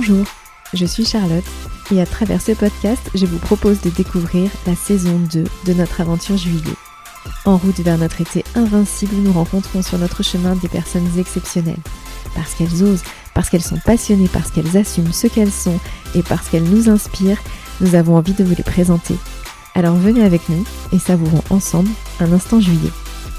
Bonjour, je suis Charlotte et à travers ce podcast, je vous propose de découvrir la saison 2 de notre aventure juillet. En route vers notre été invincible, nous rencontrons sur notre chemin des personnes exceptionnelles. Parce qu'elles osent, parce qu'elles sont passionnées, parce qu'elles assument ce qu'elles sont et parce qu'elles nous inspirent, nous avons envie de vous les présenter. Alors venez avec nous et savourons ensemble un instant juillet.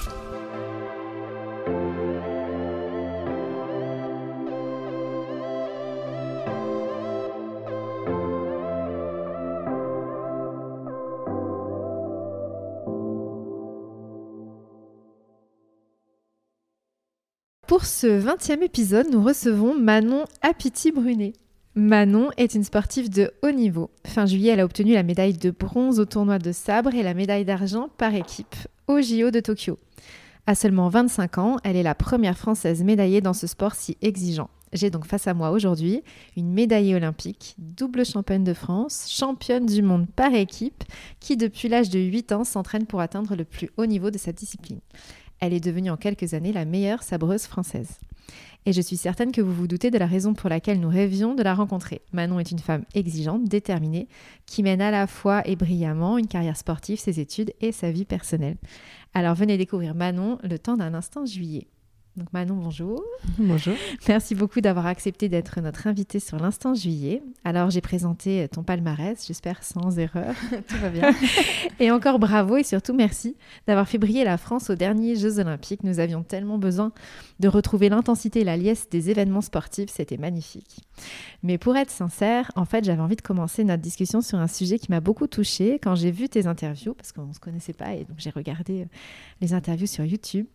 Pour ce 20e épisode, nous recevons Manon Apiti-Brunet. Manon est une sportive de haut niveau. Fin juillet, elle a obtenu la médaille de bronze au tournoi de sabre et la médaille d'argent par équipe au JO de Tokyo. À seulement 25 ans, elle est la première Française médaillée dans ce sport si exigeant. J'ai donc face à moi aujourd'hui une médaillée olympique, double championne de France, championne du monde par équipe, qui depuis l'âge de 8 ans s'entraîne pour atteindre le plus haut niveau de sa discipline. Elle est devenue en quelques années la meilleure sabreuse française. Et je suis certaine que vous vous doutez de la raison pour laquelle nous rêvions de la rencontrer. Manon est une femme exigeante, déterminée, qui mène à la fois et brillamment une carrière sportive, ses études et sa vie personnelle. Alors venez découvrir Manon le temps d'un instant juillet. Donc Manon, bonjour. Bonjour. Merci beaucoup d'avoir accepté d'être notre invitée sur l'Instant Juillet. Alors j'ai présenté ton palmarès, j'espère sans erreur. Tout va bien. Et encore bravo et surtout merci d'avoir fait briller la France aux derniers Jeux Olympiques. Nous avions tellement besoin de retrouver l'intensité et la liesse des événements sportifs, c'était magnifique. Mais pour être sincère, en fait j'avais envie de commencer notre discussion sur un sujet qui m'a beaucoup touchée quand j'ai vu tes interviews, parce qu'on ne se connaissait pas et donc j'ai regardé les interviews sur YouTube.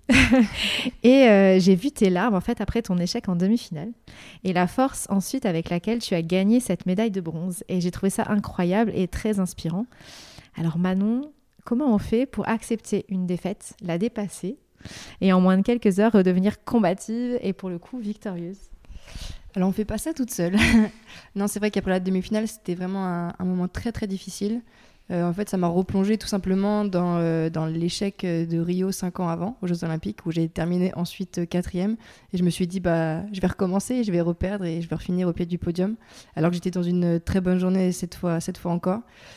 Et j'ai vu tes larmes en fait après ton échec en demi-finale et la force ensuite avec laquelle tu as gagné cette médaille de bronze et j'ai trouvé ça incroyable et très inspirant. Alors Manon, comment on fait pour accepter une défaite, la dépasser et en moins de quelques heures redevenir combative et pour le coup victorieuse? Alors on fait pas ça toute seule. Non, c'est vrai qu'après la demi-finale, c'était vraiment un moment très très difficile. En fait, ça m'a replongée tout simplement dans l'échec de Rio 5 ans avant, aux Jeux Olympiques, où j'ai terminé ensuite 4e. Et je me suis dit, je vais recommencer, je vais reperdre et je vais refinir au pied du podium. Alors que j'étais dans une très bonne journée cette fois encore.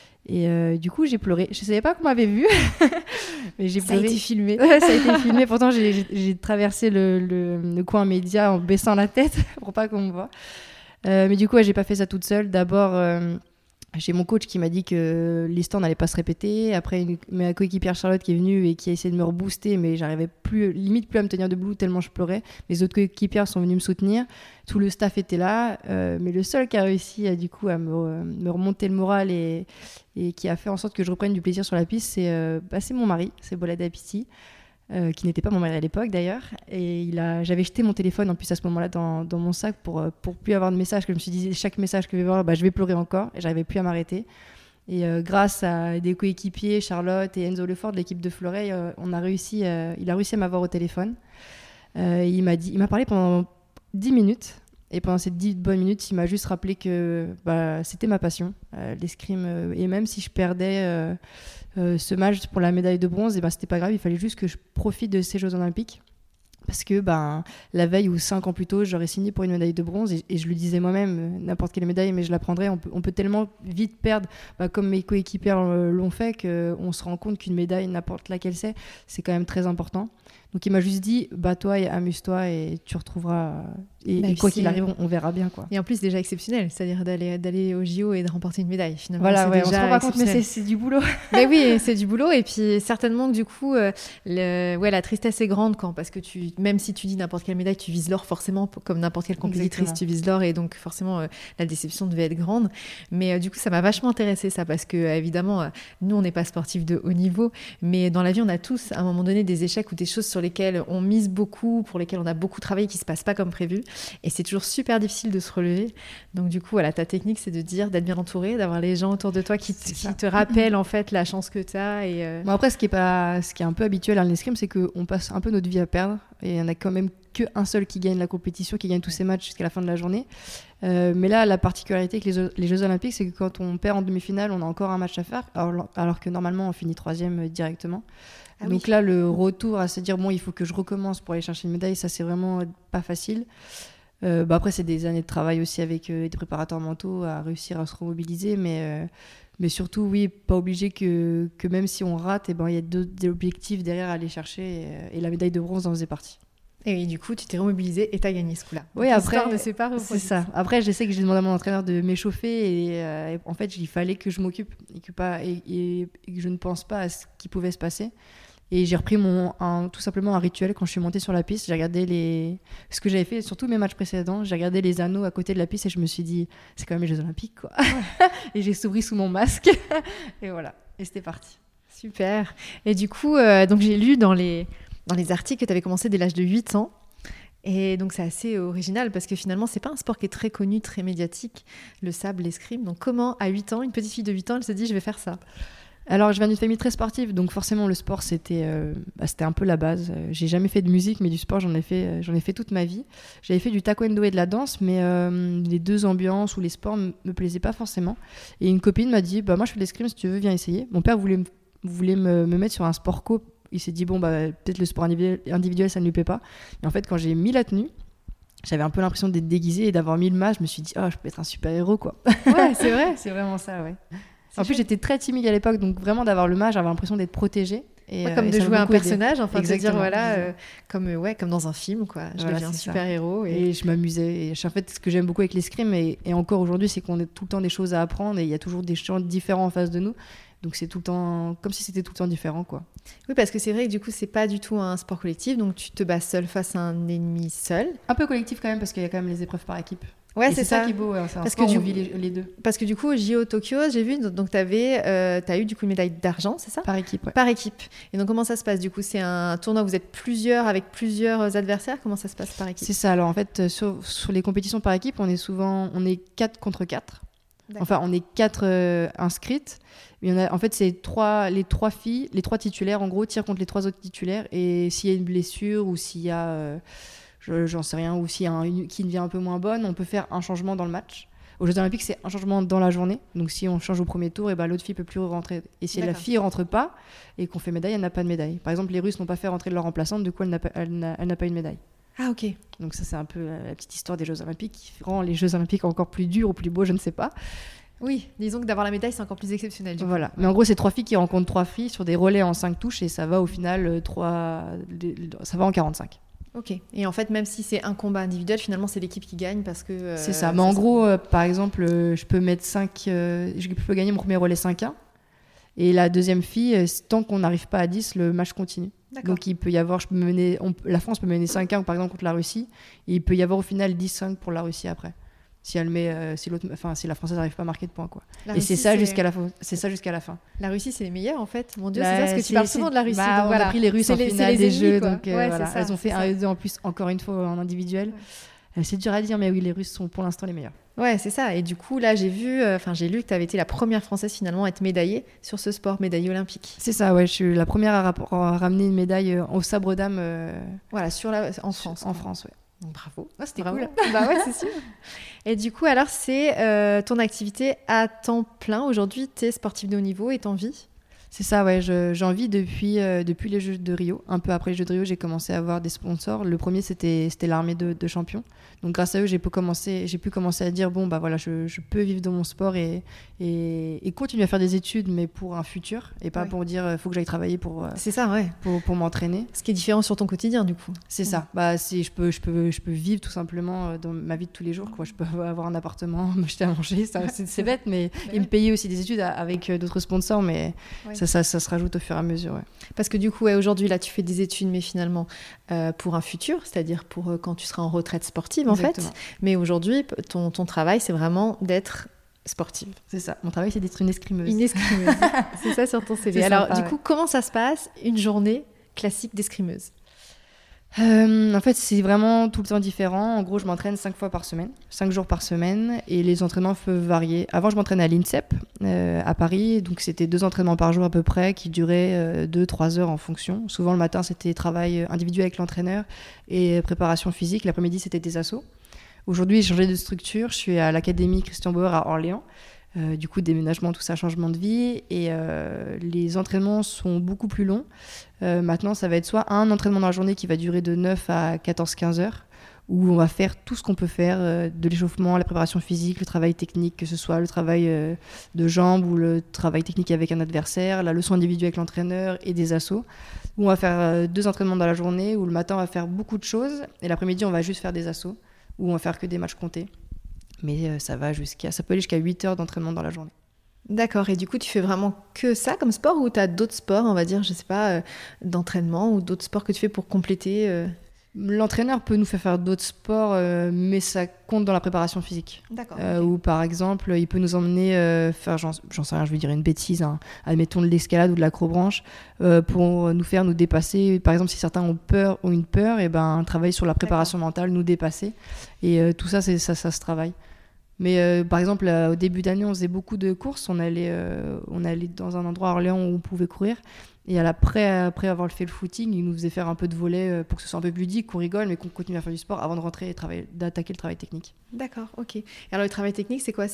Et du coup, j'ai pleuré. Je ne savais pas qu'on m'avait vu, mais j'ai pleuré. Ça a été filmé. Ça a été filmé. Pourtant, j'ai traversé le coin média en baissant la tête pour pas qu'on me voie. Mais du coup, j'ai pas fait ça toute seule. D'abord... j'ai mon coach qui m'a dit que l'histoire n'allait pas se répéter. Après, ma coéquipière Charlotte qui est venue et qui a essayé de me rebooster, mais j'arrivais limite plus à me tenir debout tellement je pleurais. Mes autres coéquipières sont venues me soutenir. Tout le staff était là. Mais le seul qui a réussi du coup à me remonter le moral et qui a fait en sorte que je reprenne du plaisir sur la piste, c'est mon mari, c'est Bolade Apiti. Qui n'était pas mon mari à l'époque d'ailleurs, et j'avais jeté mon téléphone en plus à ce moment-là dans mon sac pour plus avoir de messages, que je me suis dit chaque message que je vais voir, je vais pleurer encore, et j'arrivais plus à m'arrêter. Et grâce à des coéquipiers, Charlotte et Enzo Lefort de l'équipe de Fleuret, il a réussi à m'avoir au téléphone. Il m'a parlé pendant 10 minutes. Et pendant ces 10 bonnes minutes, il m'a juste rappelé que c'était ma passion, l'escrime. Et même si je perdais ce match pour la médaille de bronze, c'était pas grave, il fallait juste que je profite de ces Jeux Olympiques. Parce que la veille ou 5 ans plus tôt, j'aurais signé pour une médaille de bronze. Et je lui disais moi-même, n'importe quelle médaille, mais je la prendrais. On peut tellement vite perdre, comme mes coéquipières l'ont fait, qu'on se rend compte qu'une médaille, n'importe laquelle c'est quand même très important. Donc il m'a juste dit, bats-toi et amuse-toi et tu retrouveras... Et quoi qu'il arrive, on verra bien, quoi. Et en plus, déjà exceptionnel, c'est-à-dire d'aller au JO et de remporter une médaille, finalement. Voilà, c'est on se rend pas compte, mais c'est du boulot. Mais oui, c'est du boulot. Et puis, certainement que du coup, la tristesse est grande parce que même si tu dis n'importe quelle médaille, tu vises l'or, forcément, comme n'importe quelle compétitrice, tu vises l'or. Et donc, forcément, la déception devait être grande. Mais du coup, ça m'a vachement intéressée, ça, parce que, évidemment, nous, on n'est pas sportifs de haut niveau. Mais dans la vie, on a tous, à un moment donné, des échecs ou des choses sur lesquelles on mise beaucoup, pour lesquelles on a beaucoup travaillé, qui ne se passent pas comme prévu. Et c'est toujours super difficile de se relever. Donc du coup, voilà, ta technique, c'est d'être bien entouré, d'avoir les gens autour de toi qui te rappellent en fait la chance que tu as. Bon, après, ce qui est un peu habituel à l'escrime, c'est qu'on passe un peu notre vie à perdre. Et il n'y en a quand même qu'un seul qui gagne la compétition, qui gagne tous ses matchs jusqu'à la fin de la journée. Mais là, la particularité avec les Jeux Olympiques, c'est que quand on perd en demi-finale, on a encore un match à faire, alors que normalement, on finit 3e directement. Donc là, le retour à se dire, il faut que je recommence pour aller chercher une médaille, ça, c'est vraiment pas facile. Après, c'est des années de travail aussi avec des préparateurs mentaux à réussir à se remobiliser, mais surtout, oui, pas obligé que même si on rate, il y a des objectifs derrière à aller chercher, et la médaille de bronze en faisait partie. Et du coup, tu t'es remobilisée et tu as gagné ce coup-là. Oui, après, ne s'est pas c'est ça. Après, je sais que j'ai demandé à mon entraîneur de m'échauffer et en fait, il fallait que je m'occupe et que je ne pense pas à ce qui pouvait se passer. Et j'ai repris tout simplement un rituel quand je suis montée sur la piste. J'ai regardé ce que j'avais fait, surtout mes matchs précédents. J'ai regardé les anneaux à côté de la piste et je me suis dit, c'est quand même les Jeux Olympiques, quoi. Et j'ai souri sous mon masque. Et voilà. Et c'était parti. Super. Et du coup, donc j'ai lu dans les articles que tu avais commencé dès l'âge de 8 ans. Et donc, c'est assez original parce que finalement, c'est pas un sport qui est très connu, très médiatique, le sable, l'escrime. Donc, comment, à 8 ans, une petite fille de 8 ans, elle se dit, je vais faire ça? Alors, je viens d'une famille très sportive, donc forcément, le sport, c'était un peu la base. J'ai jamais fait de musique, mais du sport, j'en ai fait toute ma vie. J'avais fait du taekwondo et de la danse, mais les deux ambiances ou les sports me plaisaient pas forcément. Et une copine m'a dit, moi, je fais de l'escrime, si tu veux, viens essayer. Mon père voulait me mettre sur un sport co. Il s'est dit, peut-être le sport individuel, ça ne lui plaît pas. Et en fait, quand j'ai mis la tenue, j'avais un peu l'impression d'être déguisée et d'avoir mis le masque. Je me suis dit, je peux être un super-héros, quoi. Ouais, c'est vrai. C'est vraiment ça, ouais. En plus, j'étais très timide à l'époque, donc vraiment d'avoir le masque, j'avais l'impression d'être protégée. Comme de jouer un personnage, enfin, de dire, comme dans un film, quoi. Je deviens un super-héros. Et je m'amusais. Et en fait, ce que j'aime beaucoup avec l'escrime, et encore aujourd'hui, c'est qu'on a tout le temps des choses à apprendre et il y a toujours des champs différents en face de nous. Donc c'est tout le temps comme si c'était tout le temps différent, quoi. Oui, parce que c'est vrai que du coup c'est pas du tout un sport collectif, donc tu te bats seul face à un ennemi seul. Un peu collectif quand même parce qu'il y a quand même les épreuves par équipe. Ouais, c'est ça qui est beau, c'est un sport où on vit les deux. Parce que du coup au JO Tokyo, j'ai vu, donc t'as eu du coup une médaille d'argent, c'est ça? Par équipe, ouais. Par équipe. Et donc comment ça se passe du coup? C'est un tournoi où vous êtes plusieurs avec plusieurs adversaires? Comment ça se passe par équipe? C'est ça. Alors en fait sur les compétitions par équipe, on est 4 contre 4. D'accord. Enfin, on est 4 inscrites. En fait, c'est les trois filles, les 3 titulaires, en gros, tirent contre les 3 autres titulaires. Et s'il y a une blessure ou s'il y a, j'en sais rien, ou s'il y a une qui devient un peu moins bonne, on peut faire un changement dans le match. Aux Jeux Olympiques, c'est un changement dans la journée. Donc, si on change au premier tour, l'autre fille ne peut plus rentrer. Et si la fille ne rentre pas et qu'on fait médaille, elle n'a pas de médaille. Par exemple, les Russes n'ont pas fait rentrer leur remplaçante, du coup, elle n'a pas une médaille. Ah, ok. Donc ça, c'est un peu la petite histoire des Jeux Olympiques qui rend les Jeux Olympiques encore plus durs ou plus beaux, je ne sais pas. Oui, disons que d'avoir la médaille, c'est encore plus exceptionnel. Voilà. Mais en gros, c'est 3 filles qui rencontrent 3 filles sur des relais en 5 touches et ça va au final ça va en 45. Ok. Et en fait, même si c'est un combat individuel, finalement, c'est l'équipe qui gagne parce que... c'est ça. Mais en gros, par exemple, je peux mettre je peux gagner mon premier relais 5-1. Et la deuxième fille, tant qu'on n'arrive pas à 10, le match continue. D'accord. Donc il peut y avoir, la France peut mener 5-1 par exemple contre la Russie, et il peut y avoir au final 10-5 pour la Russie après. Si elle met, si la Française n'arrive pas à marquer de points, quoi. Et c'est ça jusqu'à la fin. La Russie, c'est les meilleurs en fait. Mon Dieu, c'est ça, parce que tu parles souvent de la Russie. Donc, on a pris les Russes en finale des Jeux, donc elles ont fait 1 et 2 en plus, encore une fois en individuel. Ouais. C'est dur à dire, mais oui, les Russes sont pour l'instant les meilleurs. Ouais, c'est ça. Et du coup, là, j'ai lu que tu avais été la première Française finalement à être médaillée sur ce sport, médaillée olympique. C'est ça, ouais. Je suis la première à ramener une médaille au sabre d'âme. Voilà, en France. En France, ouais. Donc, bravo. C'était cool. Bah ouais, c'est sûr. Et du coup, alors, c'est ton activité à temps plein. Aujourd'hui, tu es sportive de haut niveau et t'en vis? C'est ça, ouais. J'en vis depuis les Jeux de Rio. Un peu après les Jeux de Rio, j'ai commencé à avoir des sponsors. Le premier, c'était l'armée de champions. Donc, grâce à eux, j'ai pu commencer à dire, je peux vivre de mon sport et continuer à faire des études, mais pour un futur. Et pas pour dire, il faut que j'aille travailler c'est ça, ouais. pour m'entraîner. Ce qui est différent sur ton quotidien, du coup. C'est ça. Je peux vivre tout simplement dans ma vie de tous les jours, quoi. Je peux avoir un appartement, m'acheter à manger. C'est bête, mais et me payer aussi des études avec d'autres sponsors, mais ça se rajoute au fur et à mesure, ouais. Parce que du coup, aujourd'hui, là, tu fais des études, mais finalement, pour un futur, c'est-à-dire pour quand tu seras en retraite sportive, Exactement. En fait. Mais aujourd'hui, ton travail, c'est vraiment d'être sportive. C'est ça. Mon travail, c'est d'être une escrimeuse. Une escrimeuse. C'est ça sur ton CV. Alors, du coup, comment ça se passe, une journée classique d'escrimeuse? En fait, c'est vraiment tout le temps différent. En gros, je m'entraîne 5 jours par semaine, et les entraînements peuvent varier. Avant, je m'entraînais à l'INSEP, à Paris, donc c'était 2 entraînements par jour à peu près, qui duraient 2-3 heures en fonction. Souvent, le matin, c'était travail individuel avec l'entraîneur et préparation physique. L'après-midi, c'était des assos. Aujourd'hui, j'ai changé de structure. Je suis à l'Académie Christian Bauer à Orléans. Du coup, déménagement, tout ça, changement de vie. Et les entraînements sont beaucoup plus longs. Maintenant, ça va être soit un entraînement dans la journée qui va durer de 9 à 14-15 heures, où on va faire tout ce qu'on peut faire, de l'échauffement, la préparation physique, le travail technique, que ce soit le travail de jambes ou le travail technique avec un adversaire, la leçon individuelle avec l'entraîneur et des assos, où on va faire 2 entraînements dans la journée, où le matin on va faire beaucoup de choses, et l'après-midi on va juste faire des assos, où on va faire que des matchs comptés. Mais ça peut aller jusqu'à 8 heures d'entraînement dans la journée. D'accord, et du coup tu fais vraiment que ça comme sport ou tu as d'autres sports, on va dire, je sais pas, d'entraînement ou d'autres sports que tu fais pour compléter L'entraîneur peut nous faire d'autres sports, mais ça compte dans la préparation physique. D'accord. Ou par exemple, il peut nous emmener faire, j'en sais rien, je vais dire une bêtise, hein, admettons de l'escalade ou de l'acrobranche, pour nous dépasser. Par exemple, si certains ont une peur, et ben travailler sur la préparation mentale, nous dépasser. Et tout ça, ça se travaille. Mais par exemple, au début d'année, on faisait beaucoup de courses. On allait dans un endroit à Orléans où on pouvait courir. Et après avoir fait le footing, il nous faisait faire un peu de volley pour que ce soit un peu plus ludique, qu'on rigole, mais qu'on continue à faire du sport avant de rentrer et d'attaquer le travail technique. D'accord, ok. Et alors le travail technique, c'est quoi ?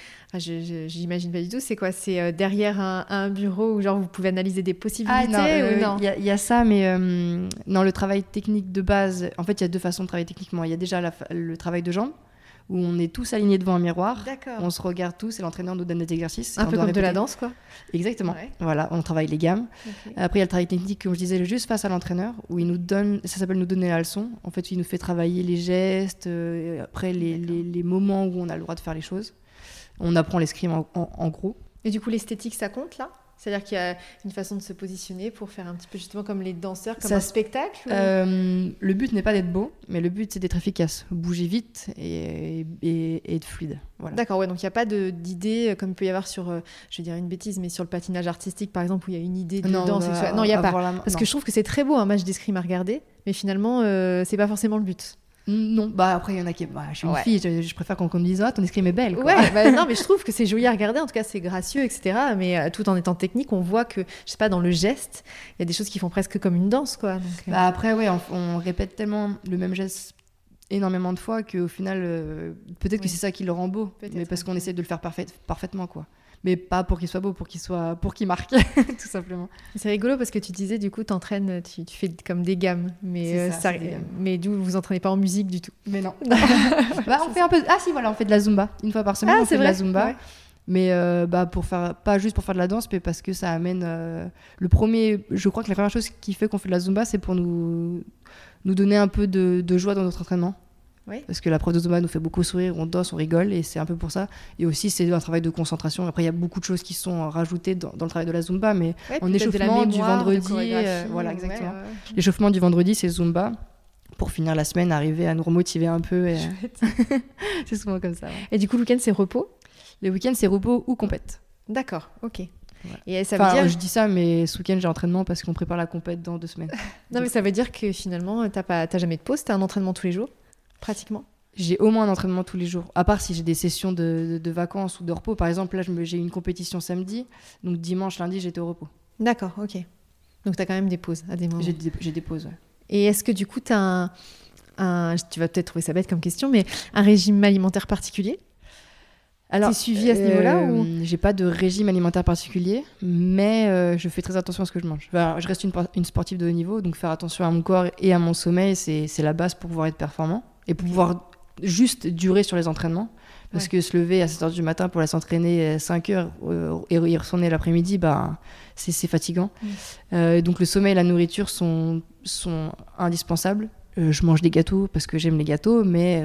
J'imagine pas du tout. C'est quoi ? C'est derrière un bureau où genre vous pouvez analyser des possibilités ou non ? Il y a ça, mais non, le travail technique de base, en fait, il y a 2 façons de travailler techniquement. Il y a déjà le travail de jambes, où on est tous alignés devant un miroir. D'accord. On se regarde tous et l'entraîneur nous donne des exercices. Un peu comme de la danse, quoi. Exactement. Ouais. Voilà, on travaille les gammes. Okay. Après, il y a le travail technique, comme je disais, juste face à l'entraîneur, où il nous donne, ça s'appelle nous donner la leçon. En fait, il nous fait travailler les gestes, après les moments où on a le droit de faire les choses. On apprend l'escrime en gros. Et du coup, l'esthétique, ça compte là ? C'est-à-dire qu'il y a une façon de se positionner pour faire un petit peu justement comme les danseurs, comme un spectacle ou... Le but n'est pas d'être beau, mais le but c'est d'être efficace, bouger vite et être fluide. Voilà. D'accord, ouais, donc il n'y a pas d'idée comme il peut y avoir sur, je vais dire une bêtise, mais sur le patinage artistique par exemple où il y a une idée de danse. Non, il n'y a pas. Parce que je trouve que c'est très beau un match d'escrime à regarder, mais finalement, c'est pas forcément le but. Non, après il y en a qui... je suis une fille, je préfère qu'on me dise « Ah, ton escrime est belle ». Ouais, non, mais je trouve que c'est joli à regarder, en tout cas c'est gracieux, etc. Mais tout en étant technique, on voit que, je sais pas, dans le geste, il y a des choses qui font presque comme une danse, quoi. Donc, après, on répète tellement le même geste énormément de fois qu'au final, peut-être que c'est ça qui le rend beau, mais parce qu'on essaie de le faire parfaitement, quoi. Mais pas pour qu'il soit beau, pour qu'il marque, tout simplement. C'est rigolo parce que tu disais, du coup, t'entraînes, tu fais comme des gammes, mais mais vous entraînez pas en musique du tout. Mais non. On fait un peu. Ah si, voilà, on fait de la zumba une fois par semaine. On fait de la zumba. Ouais. Mais pas juste pour faire de la danse, mais parce que ça amène. Je crois que la première chose qui fait qu'on fait de la zumba, c'est pour nous donner un peu de joie dans notre entraînement. Oui. Parce que la prof de Zumba nous fait beaucoup sourire, on danse, on rigole, et c'est un peu pour ça. Et aussi, c'est un travail de concentration. Après, il y a beaucoup de choses qui sont rajoutées dans le travail de la Zumba, mais en échauffement du vendredi, voilà, exactement. L'échauffement du vendredi, c'est Zumba. Pour finir la semaine, arriver à nous remotiver un peu. Et... c'est souvent comme ça. Ouais. Et du coup, le week-end, c'est repos ? Le week-end, c'est repos ou compète. D'accord, ok. Ouais. Et ça veut dire... Je dis ça, mais ce week-end, j'ai entraînement parce qu'on prépare la compète dans 2 semaines. Non, mais ça veut dire que finalement, t'as jamais de pause, t'as un entraînement tous les jours ? Pratiquement. J'ai au moins un entraînement tous les jours, à part si j'ai des sessions de vacances ou de repos. Par exemple, là, j'ai une compétition samedi, donc dimanche, lundi, j'étais au repos. D'accord, ok. Donc, tu as quand même des pauses à des moments. J'ai des pauses, ouais. Et est-ce que du coup, tu as tu vas peut-être trouver ça bête comme question, mais un régime alimentaire particulier ? Alors, t'es suivi à ce niveau-là ou... J'ai pas de régime alimentaire particulier, mais je fais très attention à ce que je mange. Enfin, je reste une sportive de haut niveau, donc faire attention à mon corps et à mon sommeil, c'est la base pour pouvoir être performant et pour pouvoir juste durer sur les entraînements. Parce que se lever à 7h du matin pour aller s'entraîner 5h et y retourner l'après-midi, c'est fatigant. Donc le sommeil et la nourriture sont indispensables. Je mange des gâteaux parce que j'aime les gâteaux,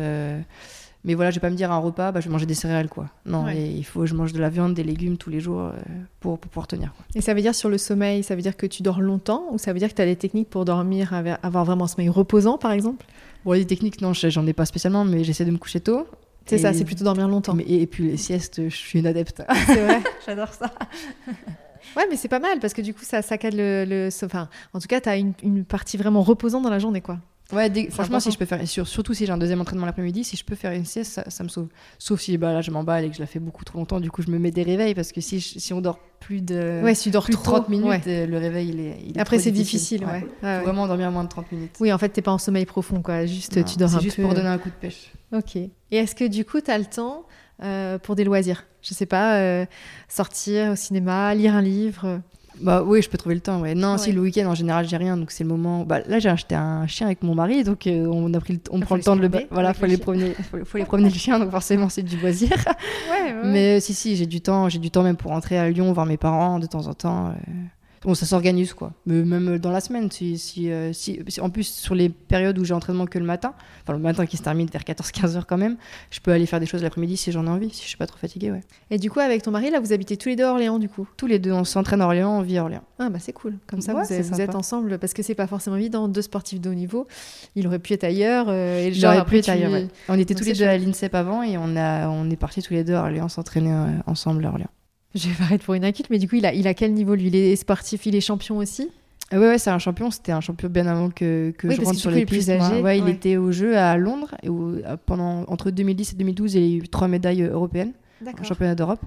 mais voilà, je vais pas me dire à un repas, je vais manger des céréales, quoi. Non, il faut que je mange de la viande, des légumes tous les jours pour pouvoir tenir, quoi. Et ça veut dire sur le sommeil, ça veut dire que tu dors longtemps ou ça veut dire que tu as des techniques pour dormir, avoir vraiment un sommeil reposant, par exemple ? Bon, les techniques, non, j'en ai pas spécialement, mais j'essaie de me coucher tôt. C'est ça, c'est plutôt dormir longtemps. Et puis les siestes, je suis une adepte. C'est vrai. J'adore ça. Ouais, mais c'est pas mal parce que du coup, ça saccade enfin, en tout cas, tu as une partie vraiment reposante dans la journée, quoi. Ouais, franchement, si je peux faire, surtout si j'ai un deuxième entraînement l'après-midi, si je peux faire une sieste, ça me sauve. Sauf si là, je m'emballe et que je la fais beaucoup trop longtemps, du coup, je me mets des réveils parce que si on dort plus de, si tu dors plus de 30 minutes, ouais. Le réveil, il est après, c'est difficile. Ouais. Faut vraiment dormir moins de 30 minutes. Oui, en fait, t'es pas en sommeil profond, quoi. Juste, tu dors un peu. C'est juste pour donner un coup de pêche. Ok. Et est-ce que du coup, t'as le temps pour des loisirs ? Je sais pas, sortir au cinéma, lire un livre Bah oui, je peux trouver le temps. Ouais. Non, Ouais. si le week-end en général j'ai rien, donc c'est le moment. Bah, là j'ai acheté un chien avec mon mari, donc on prend le temps de le. Voilà, faut les promener, faut les promener le chien, donc forcément c'est du loisir. Ouais. Mais si, j'ai du temps même pour rentrer à Lyon voir mes parents de temps en temps. Bon, ça s'organise quoi. Mais même dans la semaine, si en plus sur les périodes où j'ai entraînement que le matin, enfin le matin qui se termine vers 14-15 heures quand même, je peux aller faire des choses l'après-midi si j'en ai envie, si je suis pas trop fatiguée, ouais. Et du coup, avec ton mari, là, vous habitez tous les deux à Orléans, du coup? Tous les deux, on s'entraîne à Orléans, on vit à Orléans. Ah bah c'est cool. Comme ça, Ouais, vous êtes sympa. ensemble, parce que c'est pas forcément évident. 2 sportifs de haut niveau, il aurait pu être ailleurs. Et Il aurait pu après, être ailleurs, ouais. On était Donc, tous les c'est deux à chouette. l'INSEP avant et on est partis tous les deux à Orléans s'entraîner ensemble à Orléans. Je vais paraître pour une inculte, mais du coup, il a quel niveau, lui? Il est sportif, il est champion aussi? Ouais, c'est un champion. C'était un champion bien avant que Oui, je parce rentre que sur du coup, les il est plus pistes. âgé, Ouais, il ouais. était aux Jeux à Londres et entre 2010 et 2012, il a eu 3 médailles européennes en D'accord. championnat d'Europe.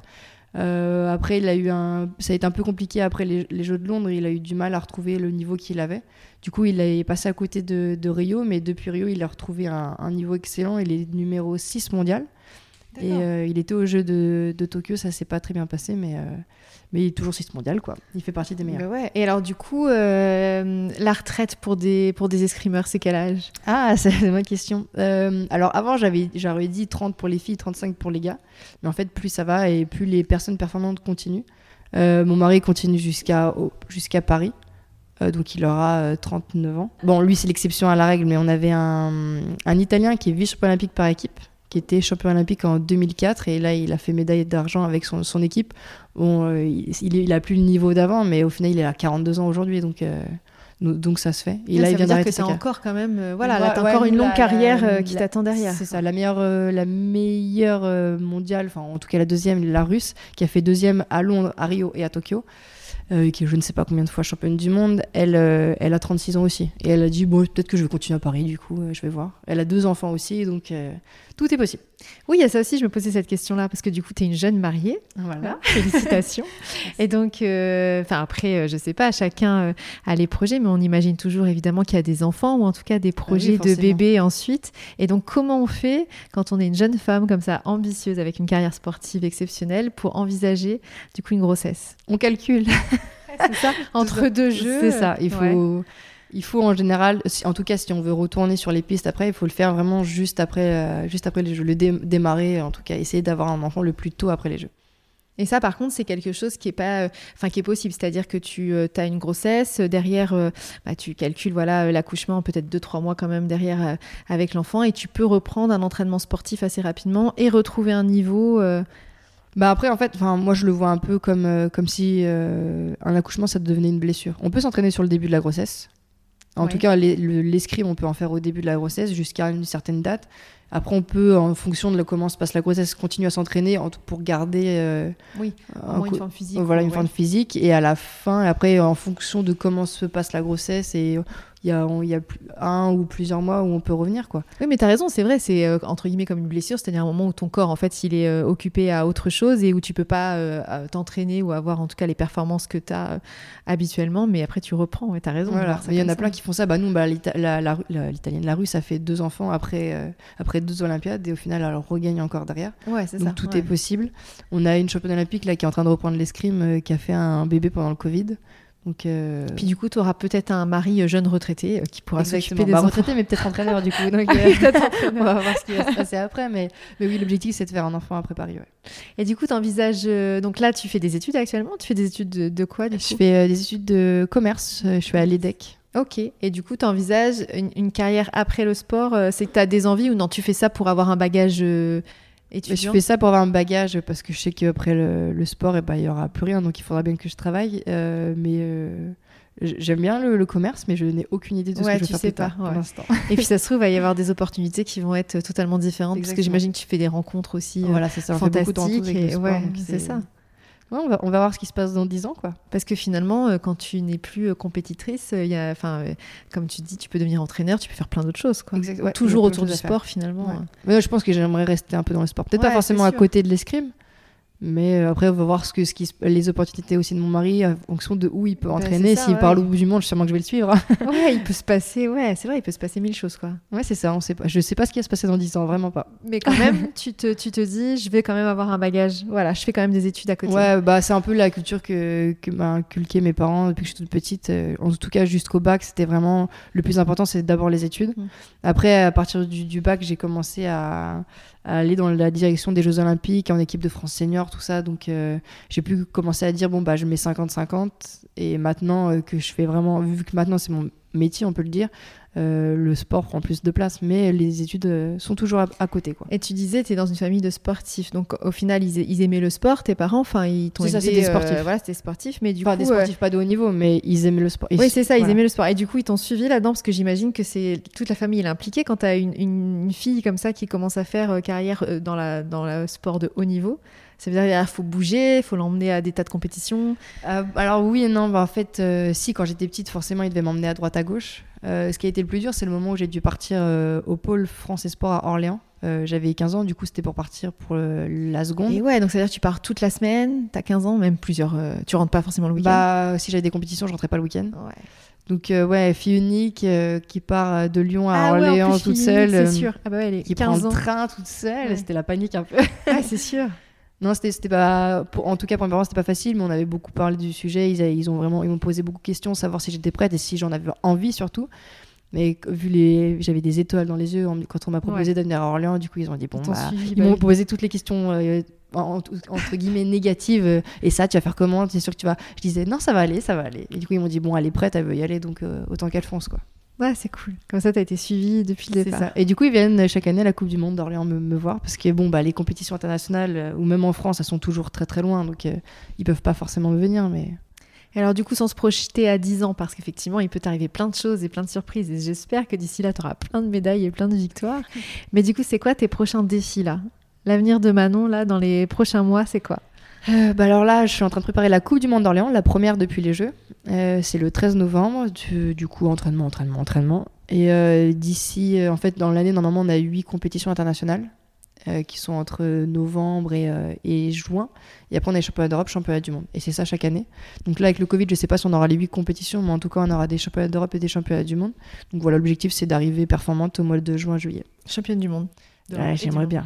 Après, ça a été un peu compliqué après les Jeux de Londres. Il a eu du mal à retrouver le niveau qu'il avait. Du coup, il est passé à côté de Rio, mais depuis Rio, il a retrouvé un niveau excellent. Il est numéro 6 mondial. Et il était aux Jeux de Tokyo, ça s'est pas très bien passé, mais il est toujours 6 mondial, quoi. Il fait partie des meilleurs. Bah ouais. Et alors, du coup, la retraite pour des escrimeurs, c'est quel âge? Ah, c'est une bonne question. Alors avant, j'aurais dit 30 pour les filles, 35 pour les gars. Mais en fait, plus ça va et plus les personnes performantes continuent. Mon mari continue jusqu'à Paris. Donc il aura 39 ans. Bon, lui, c'est l'exception à la règle, mais on avait un Italien qui est vice-champion olympique par équipe, qui était champion olympique en 2004, et là il a fait médaille d'argent avec son équipe. Bon, il a plus le niveau d'avant, mais au final il est à 42 ans aujourd'hui, donc ça se fait. Et là, ça il vient veut dire d'arrêter que t'as sa encore quand même, là, t'as Ouais, encore une longue carrière qui la- t'attend derrière. C'est ça, la meilleure mondiale, enfin en tout cas la deuxième, la russe, qui a fait deuxième à Londres, à Rio et à Tokyo. Qui est je ne sais pas combien de fois championne du monde, elle a 36 ans aussi. Et elle a dit, bon, peut-être que je vais continuer à Paris, du coup, je vais voir. Elle a 2 enfants aussi, donc tout est possible. Oui, il y a ça aussi, je me posais cette question-là, parce que du coup, tu es une jeune mariée. Voilà. Félicitations. Et donc, après, je sais pas, chacun a les projets, mais on imagine toujours évidemment qu'il y a des enfants, ou en tout cas des projets de forcément. bébés ensuite. Et donc, comment on fait quand on est une jeune femme comme ça, ambitieuse, avec une carrière sportive exceptionnelle, pour envisager du coup une grossesse? On calcule. C'est ça, entre 2 jeux. C'est ça, Ouais. il faut en général, en tout cas si on veut retourner sur les pistes après, il faut le faire vraiment juste après les Jeux, démarrer, en tout cas essayer d'avoir un enfant le plus tôt après les Jeux. Et ça, par contre, c'est quelque chose qui est pas, qui est possible. C'est-à-dire que tu as une grossesse, derrière, tu calcules l'accouchement, peut-être 2-3 mois quand même derrière avec l'enfant, et tu peux reprendre un entraînement sportif assez rapidement et retrouver un niveau. Bah après, en fait, moi je le vois un peu comme si un accouchement ça devenait une blessure. On peut s'entraîner sur le début de la grossesse. En Ouais. tout cas, l'escrime, on peut en faire au début de la grossesse jusqu'à une certaine date. Après, on peut, en fonction de comment se passe la grossesse, continuer à s'entraîner pour garder Oui, au moins une forme physique. voilà, une ouais. forme physique. Et à la fin, après, en fonction de comment se passe la grossesse, il y a 1 ou plusieurs mois où on peut revenir, quoi. Oui, mais tu as raison, c'est vrai, c'est entre guillemets comme une blessure, c'est-à-dire un moment où ton corps, en fait, il est occupé à autre chose et où tu peux pas t'entraîner ou avoir en tout cas les performances que tu as habituellement, mais après tu reprends, et tu as raison. de Voilà. voir ça Mais il y en comme a ça. plein qui font ça. Nous, l'italienne, la russe, a fait 2 enfants après 2 Olympiades et au final, elle regagne encore derrière. Ouais, c'est Donc ça. tout ouais. est possible. On a une championne olympique là qui est en train de reprendre l'escrime, qui a fait un bébé pendant le Covid. Donc Puis du coup, tu auras peut-être un mari jeune retraité qui pourra s'occuper des enfants. retraité, mais peut-être entraîneur du coup. Donc, Peut-être entraîneur. on va voir ce qui va se passer après. Mais oui, l'objectif c'est de faire un enfant après Paris. Ouais. Et du coup, tu envisages. Donc là, tu fais des études actuellement. Tu fais des études de quoi du coup? Je fais des études de commerce. Je suis à l'EDEC. Ok. Et du coup, tu envisages une carrière après le sport. C'est que tu as des envies ou non? Tu fais ça pour avoir un bagage étudiant? Je fais ça pour avoir un bagage parce que je sais qu'après le sport, il y aura plus rien. Donc il faudra bien que je travaille. J'aime bien le commerce, mais je n'ai aucune idée de ce que je vais faire plus tard pour l'instant. Et puis ça se trouve, il va y avoir des opportunités qui vont être totalement différentes. Exactement. Parce que j'imagine que tu fais des rencontres aussi Voilà, c'est ça. On fait beaucoup de rencontres avec le sport, donc c'est ça. Ouais, on va voir ce qui se passe dans 10 ans, quoi. Parce que finalement, quand tu n'es plus compétitrice, comme tu dis, tu peux devenir entraîneur, tu peux faire plein d'autres choses, quoi. Exact, ouais, Toujours il y a plein autour de du choses à sport, finalement. Ouais. Mais je pense que j'aimerais rester un peu dans le sport. Peut-être Ouais, pas forcément c'est à sûr. côté de l'escrime, Mais après, on va voir les opportunités aussi de mon mari en fonction de où il peut entraîner. ça, S'il ouais. parle au bout du monde, sûrement que je vais le suivre. Ouais, il peut se passer, c'est vrai, il peut se passer 1000 choses, quoi. Ouais, c'est ça, on sait pas. Je sais pas ce qui va se passer dans 10 ans, vraiment pas. Mais quand même, tu te dis, je vais quand même avoir un bagage. Voilà, je fais quand même des études à côté. Ouais, bah c'est un peu la culture que m'ont inculqué mes parents depuis que je suis toute petite. En tout cas, jusqu'au bac, c'était vraiment le plus important, c'est d'abord les études. Après, à partir du bac, j'ai commencé à aller dans la direction des Jeux Olympiques, en équipe de France senior, tout ça. Donc, j'ai pu commencer à dire, bon, bah, je mets 50-50. Et maintenant que je fais vraiment, vu que maintenant c'est mon métier, on peut le dire, le sport prend plus de place, mais les études sont toujours à côté, quoi. Et tu disais, tu es dans une famille de sportifs, donc au final, ils aimaient le sport, tes parents, enfin, ils t'ont C'est ça, aidé, c'était sportif. voilà, c'était sportif, mais du Enfin, coup... des sportifs pas de haut niveau, mais ils aimaient le sport. Oui, c'est ça, ils voilà. aimaient le sport. Et du coup, ils t'ont suivi là-dedans, parce que j'imagine que c'est toute la famille est impliquée quand tu as une fille comme ça qui commence à faire carrière dans le sport de haut niveau. Ça veut dire qu'il faut bouger, il faut l'emmener à des tas de compétitions. Alors oui et non, bah, en fait, si, quand j'étais petite, forcément, il devait m'emmener à droite à gauche. Ce qui a été le plus dur, c'est le moment où j'ai dû partir au pôle France et Sport à Orléans. J'avais 15 ans, du coup, c'était pour partir pour la seconde. Et ouais, donc ça veut dire que tu pars toute la semaine, t'as 15 ans, même plusieurs... tu rentres pas forcément le week-end. Bah, si j'avais des compétitions, je rentrais pas le week-end. Ouais. Donc ouais, fille unique qui part de Lyon à ouais, en Orléans plus, toute fille seule. unique, c'est sûr. Ah bah ouais, elle est Qui 15 prend ans. le train toute seule, Ouais. c'était la panique un peu. Ouais, c'est sûr. Non, c'était pas. En tout cas, pour mes parents, c'était pas facile, mais on avait beaucoup parlé du sujet. Ils m'ont posé beaucoup de questions, savoir si j'étais prête et si j'en avais envie surtout. Mais j'avais des étoiles dans les yeux quand on m'a proposé de venir à Orléans. Du coup, ils ont dit bon, ils m'ont posé toutes les questions entre guillemets négatives. Et ça, tu vas faire comment? T'es sûr que tu vas? Je disais non, ça va aller, ça va aller. Et du coup, ils m'ont dit bon, elle est prête, elle veut y aller, donc autant qu'elle fonce, quoi. Ouais, c'est cool. Comme ça, t'as été suivie depuis le départ. C'est ça. Et du coup, ils viennent chaque année à la Coupe du Monde d'Orléans me voir parce que bon, bah, les compétitions internationales ou même en France, elles sont toujours très très loin, donc ils peuvent pas forcément me venir. Mais Et alors du coup, sans se projeter à 10 ans, parce qu'effectivement, il peut t'arriver plein de choses et plein de surprises. Et j'espère que d'ici là, t'auras plein de médailles et plein de victoires. Mais du coup, c'est quoi tes prochains défis là? L'avenir de Manon là, dans les prochains mois, c'est quoi? bah alors là, je suis en train de préparer la Coupe du Monde d'Orléans, la première depuis les Jeux. C'est le 13 novembre. Du coup, entraînement. Et d'ici, en fait, dans l'année, normalement, on a 8 compétitions internationales qui sont entre novembre et juin. Et après, on a les championnats d'Europe, championnats du monde. Et c'est ça chaque année. Donc là, avec le Covid, je ne sais pas si on aura les 8 compétitions, mais en tout cas, on aura des championnats d'Europe et des championnats du monde. Donc voilà, l'objectif, c'est d'arriver performante au mois de juin-juillet. Championne du monde. Ouais, j'aimerais bien.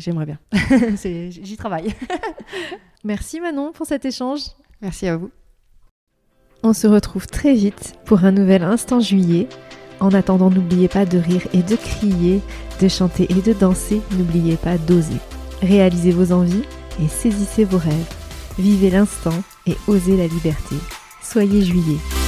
J'y travaille. Merci Manon pour cet échange. Merci à vous. On se retrouve très vite pour un nouvel Instant Juillet. En attendant, n'oubliez pas de rire et de crier, de chanter et de danser. N'oubliez pas d'oser. Réalisez vos envies et saisissez vos rêves. Vivez l'instant et osez la liberté. Soyez juillet.